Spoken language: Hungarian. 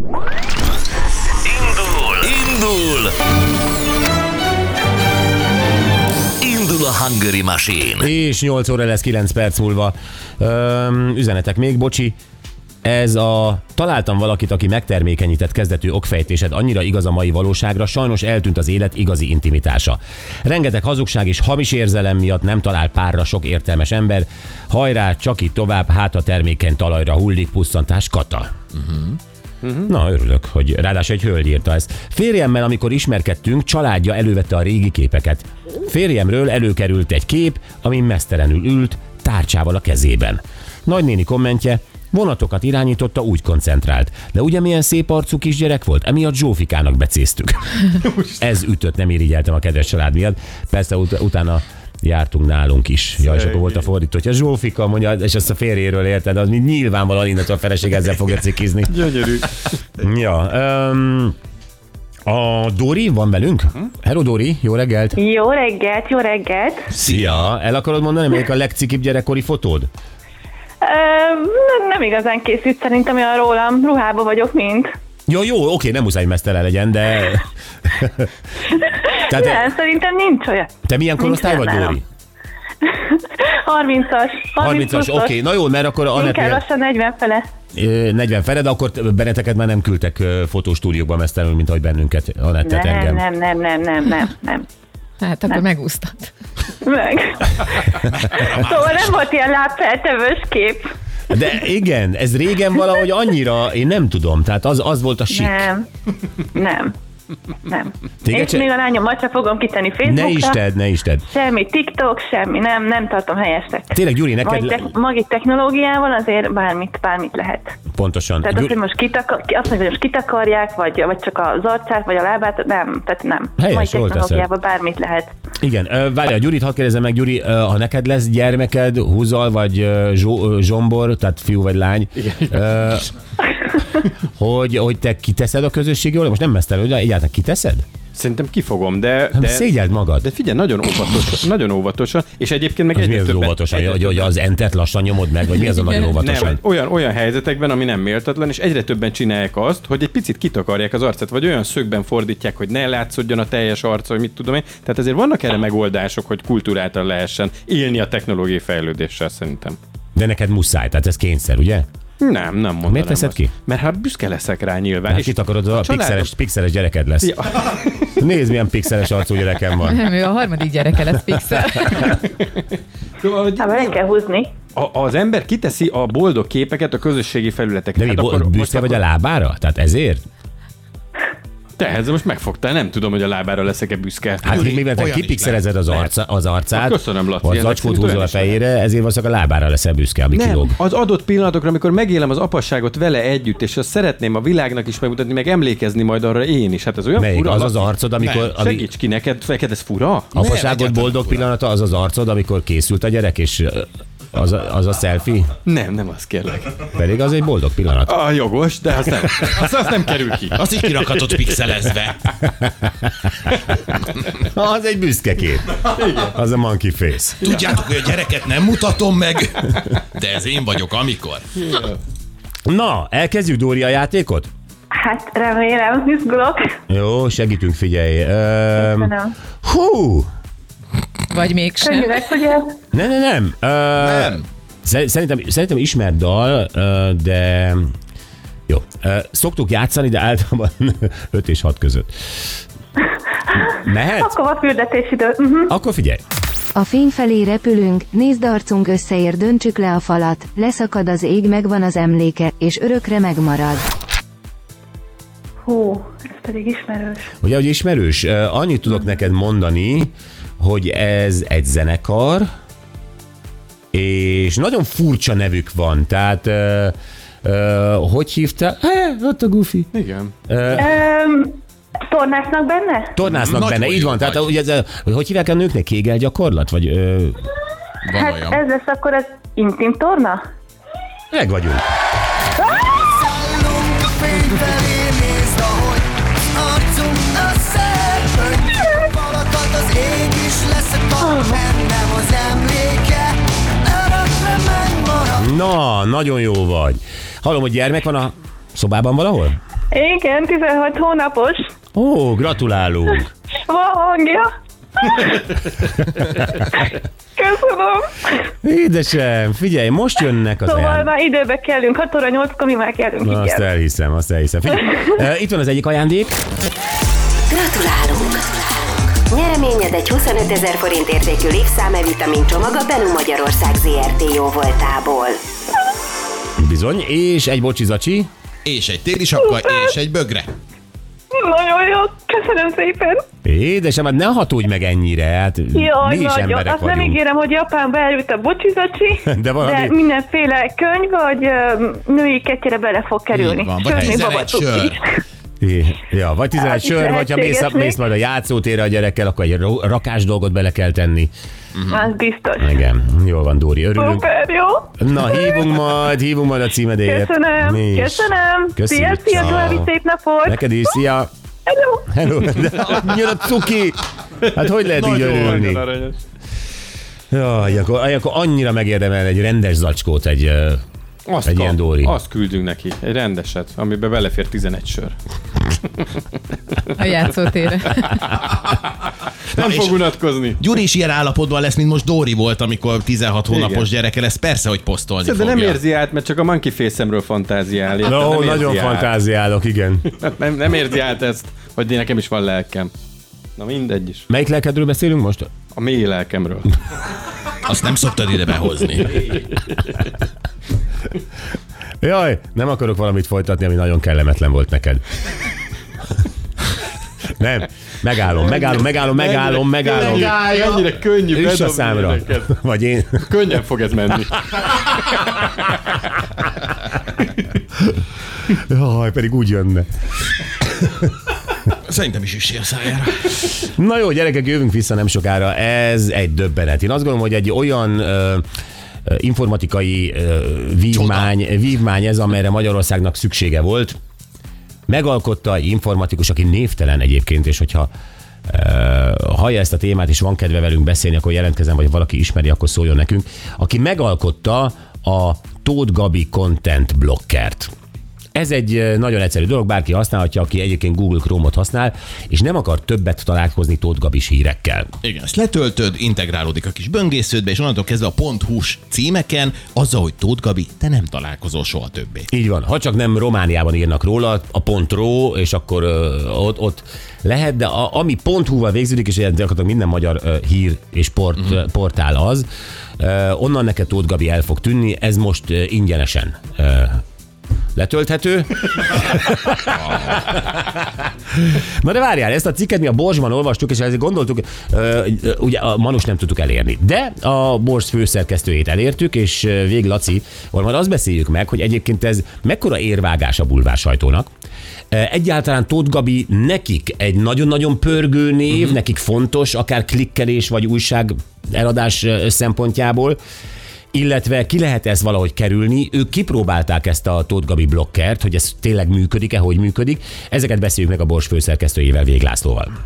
Indul a Hungary Machine. És 8 óra lesz 9 perc múlva. Üzenetek még, bocsi. Találtam valakit, aki megtermékenyített kezdetű okfejtésed annyira igaz a mai valóságra, sajnos eltűnt az élet igazi intimitása. Rengeteg hazugság és hamis érzelem miatt nem talál párra sok értelmes ember. Hajrá, csak így tovább, hát a termékeny talajra hullik, pusszantás, Kata. Na, örülök, hogy ráadásul egy hölgy írta ezt. Férjemmel, amikor ismerkedtünk, családja elővette a régi képeket. Férjemről előkerült egy kép, amin meztelenül ült, tárcsával a kezében. Nagynéni kommentje: vonatokat irányította, úgy koncentrált. De ugye milyen szép arcú kisgyerek volt? Emiatt Zsófikának becéztük. Ez ütött, nem irigyeltem a kedves család miatt. Persze utána jártunk nálunk is. Ja, és akkor volt a fordító, hogy a Zsófika mondja, és ezt a férjéről érted, az nyilvánvalóan innen a feleség ezzel fogja cikizni. Gyönyörű. Ja, a Dóri van velünk? Hello Dóri, jó reggelt! Jó reggelt, jó reggelt! Szia! El akarod mondani, melyik a legcikibb gyerekkori fotód? Nem igazán készült szerintem olyan rólam, ruhába vagyok mint. Jó, oké, nem muszáj mesztelen legyen, de... Tehát nem, szerintem nincs olyan. Te milyen korosztály vagy, Dóri? 30-as, oké. Na jó, mert akkor Anett... Inkább lassan 40 fele. 40 fele, de akkor benneteket már nem küldtek fotostúdióba mesztelenül, mint ahogy bennünket, Anettet, engem. Nem. Hát akkor megúsztad. Meg. Szóval nem volt ilyen lábfeltevős kép. De igen, ez régen valahogy annyira, én nem tudom, tehát az volt a sik. Nem. És még a lányommal sem fogom kitenni Facebookra. Ne is tedd. Semmi TikTok, semmi, nem tartom helyesnek. Tényleg, Gyuri, neked... Magi technológiával azért bármit lehet. Pontosan. Tehát azt, hogy most kitakarják, vagy csak az arcát, vagy a lábát, nem. Helyes, magi technológiával bármit lehet. Igen, várjál, Gyurit, hadd kérdezem meg, Gyuri, ha neked lesz gyermeked, Húzal, vagy Zsombor, tehát fiú vagy lány, hogy te kiteszed a közösségi oldalra? Most nem mesztelenül, de egyáltalán kiteszed? Szerintem kifogom, de szégyeld magad. De figyelj, nagyon óvatosan, és egyébként meg egyre többen. Óvatosan, hogy az entet lassan nyomod meg, vagy mi az a nagyon óvatosan? Nem, olyan helyzetekben, ami nem méltatlan, és egyre többen csinálják azt, hogy egy picit kitakarják az arcát, vagy olyan szögben fordítják, hogy ne látszódjon a teljes arca, vagy mit tudom én. Tehát ezért vannak erre megoldások, hogy kultúráltan lehessen élni a technológiai fejlődéssel, szerintem. De neked muszáj, tehát ez kényszer, ugye? Nem mondanám. Miért teszed ki? Mert hát büszke leszek rá nyilván. Hát kitakarod, a pixeles gyereked lesz. Ja. Nézd, milyen pixeles arcú gyerekem van. Nem, ő a harmadik gyereke lesz pixel. Hát meg kell húzni. Az ember kiteszi a boldog képeket a közösségi felületekre. De hát büszke vagy a lábára? Tehát ezért? Te most megfogtál, nem tudom, hogy a lábára leszek-e büszke. Hát mivel te kipixelezed az arcát, köszönöm, Laci, az zacskót húzol a fejére, ezért valószínűleg a lábára leszel büszke, ami kilóg. Az adott pillanatokra, amikor megélem az apasságot vele együtt, és azt szeretném a világnak is megmutatni, meg emlékezni majd arra én is. Hát ez olyan melyik? Fura. Az arcod, amikor... Segíts ki neked ez fura? Apaságot boldog pillanata az arcod, amikor készült a gyerek, és... Az a selfie? Nem, azt kérlek. Pedig az egy boldog pillanat. Jogos, de azt nem kerül ki. Az így kirakhatott pixelezve. Az egy büszke kép. Az a monkey face. Tudjátok, hogy a gyereket nem mutatom meg, de ez én vagyok, amikor. Na, elkezdjük, Dóri, a játékot? Hát remélem, izgulok. Jó, segítünk, figyelj. Köszönöm. Hú! Vagy mégsem. Könyvek, ugye? Nem. Nem. Szerintem ismert dal, de jó. Szoktuk játszani, de általában 5 és 6 között. Mehet? Akkor a fürdetésidő. Akkor figyelj. A fény felé repülünk, nézd arcunk összeér, döntsük le a falat, leszakad az ég, megvan az emléke, és örökre megmarad. Hú, ez pedig ismerős. Ugye, hogy ismerős? Annyit tudok neked mondani, hogy ez egy zenekar, és nagyon furcsa nevük van, tehát hogy hívta? Ott a Goofy. Igen. Tornásznak benne? Tornásznak benne, így van. Tehát ugye ez, hogy hívják a nőknek? Kégel gyakorlat? Vagy, van hát olyan. ez lesz akkor az intim torna? Meg vagyunk. Na, nagyon jó vagy. Hallom, hogy gyermek van a szobában valahol? Igen, 16 hónapos. Ó, gratulálunk. Van hangja. Köszönöm. Édesem, figyelj, most jönnek az Szóval már időbe kellünk, 6 óra 8-kor mi már kellünk. Na, azt elhiszem. Figyelj, itt van az egyik ajándék. Gratulálunk! Nyereményed egy 25 000 forint értékű Lépszáme vitamin csomag a Benu Magyarország Zrt. Jóvoltából. Bizony, és egy bocsizacsi. És egy téli sapka, és egy bögre. Nagyon jó, köszönöm szépen. Édesem, hát ne hatudj meg ennyire, hát Jaj, mi is nagyon. emberek Azt vagyunk. nem ígérem, hogy Japánba eljut a bocsizacsi, De valami- mindenféle könyv vagy női ketyere bele fog kerülni. Így van, vagy Sőt, még 11 babacuki. sör. Ja, vagy 11 Hát, sör, vagy ha lehetséges még. mész majd a játszótérre a gyerekkel, akkor egy rakás dolgot bele kell tenni. Az biztos. Igen, jól van, Dóri, örülünk. Szuper, jó. Na, hívunk majd a címedért. Köszönöm, Mi is. köszönöm. Köszönjük. Szia, Ciao. további szép napot. Neked is, szia! Hello. Hello! De annyira cuki! Hát hogy lehet így örülni? Nagyon aranyos. Jaj, akkor annyira megérdemel egy rendes zacskót egy ilyen Dóri. Azt küldünk neki, egy rendeset, amiben belefér 11 sör. A játszótérre. Nem és- fog unatkozni. Gyuri is ilyen állapotban lesz, mint most Dóri volt, amikor 16 hónapos Igen. gyereke lesz. Persze, hogy posztolni De fogja. nem érzi át, mert csak a monkey face-emről fantáziál. érted? No, Nem érzi nagyon át. fantáziálok, igen. Nem érzi át ezt, hogy nekem is van lelkem. Na mindegy is. Melyik lelkedről beszélünk most? A mély lelkemről. Azt nem szoktad ide behozni. Jaj, nem akarok valamit folytatni, ami nagyon kellemetlen volt neked. Nem, megállom. Ennyire könnyű Üss a bedobni számra. ilyeneket. Vagy én. Könnyen fog ez menni. Jaj, pedig úgy jönne. Szerintem is üssél a szájára. Na jó, gyerekek, jövünk vissza nem sokára. Ez egy döbbenet. Én azt gondolom, hogy egy olyan informatikai vívmány ez, amelyre Magyarországnak szüksége volt. Megalkotta egy informatikus, aki névtelen egyébként, és hogyha hallja ezt a témát, és van kedve velünk beszélni, akkor jelentkezem, vagy valaki ismeri, akkor szóljon nekünk. Aki megalkotta a Tóth Gabi Content Blockert. Ez egy nagyon egyszerű dolog, bárki használhatja, aki egyébként Google Chrome-ot használ, és nem akar többet találkozni Tóth Gabis hírekkel. Igen, ezt letöltöd, integrálódik a kis böngésződbe, és onnantól kezdve a .hu-s címeken, azzal, hogy Tóth Gabi, te nem találkozol soha többé. Így van, ha csak nem Romániában írnak róla, a .ro, és akkor ott lehet, de ami .hu-val végződik, és gyakorlatilag minden magyar hír és portál az, onnan neked Tóth Gabi el fog tűnni, ez most ingyenesen letölthető. Na de várjál, ezt a cikket mi a Borsban olvastuk, és ezért gondoltuk, ugye a Manus nem tudtuk elérni, de a Bors főszerkesztőjét elértük, és Vég Laci, majd azt beszéljük meg, hogy egyébként ez mekkora érvágás a bulvár sajtónak. Egyáltalán Tóth Gabi nekik egy nagyon-nagyon pörgő név, nekik fontos, akár klikkelés vagy újság eladás szempontjából, illetve ki lehet ezt valahogy kerülni. Ők kipróbálták ezt a Tóth Gabi blokkert, hogy ez tényleg működik-e, hogy működik. Ezeket beszéljük meg a Bors főszerkesztőjével, Vég Lászlóval.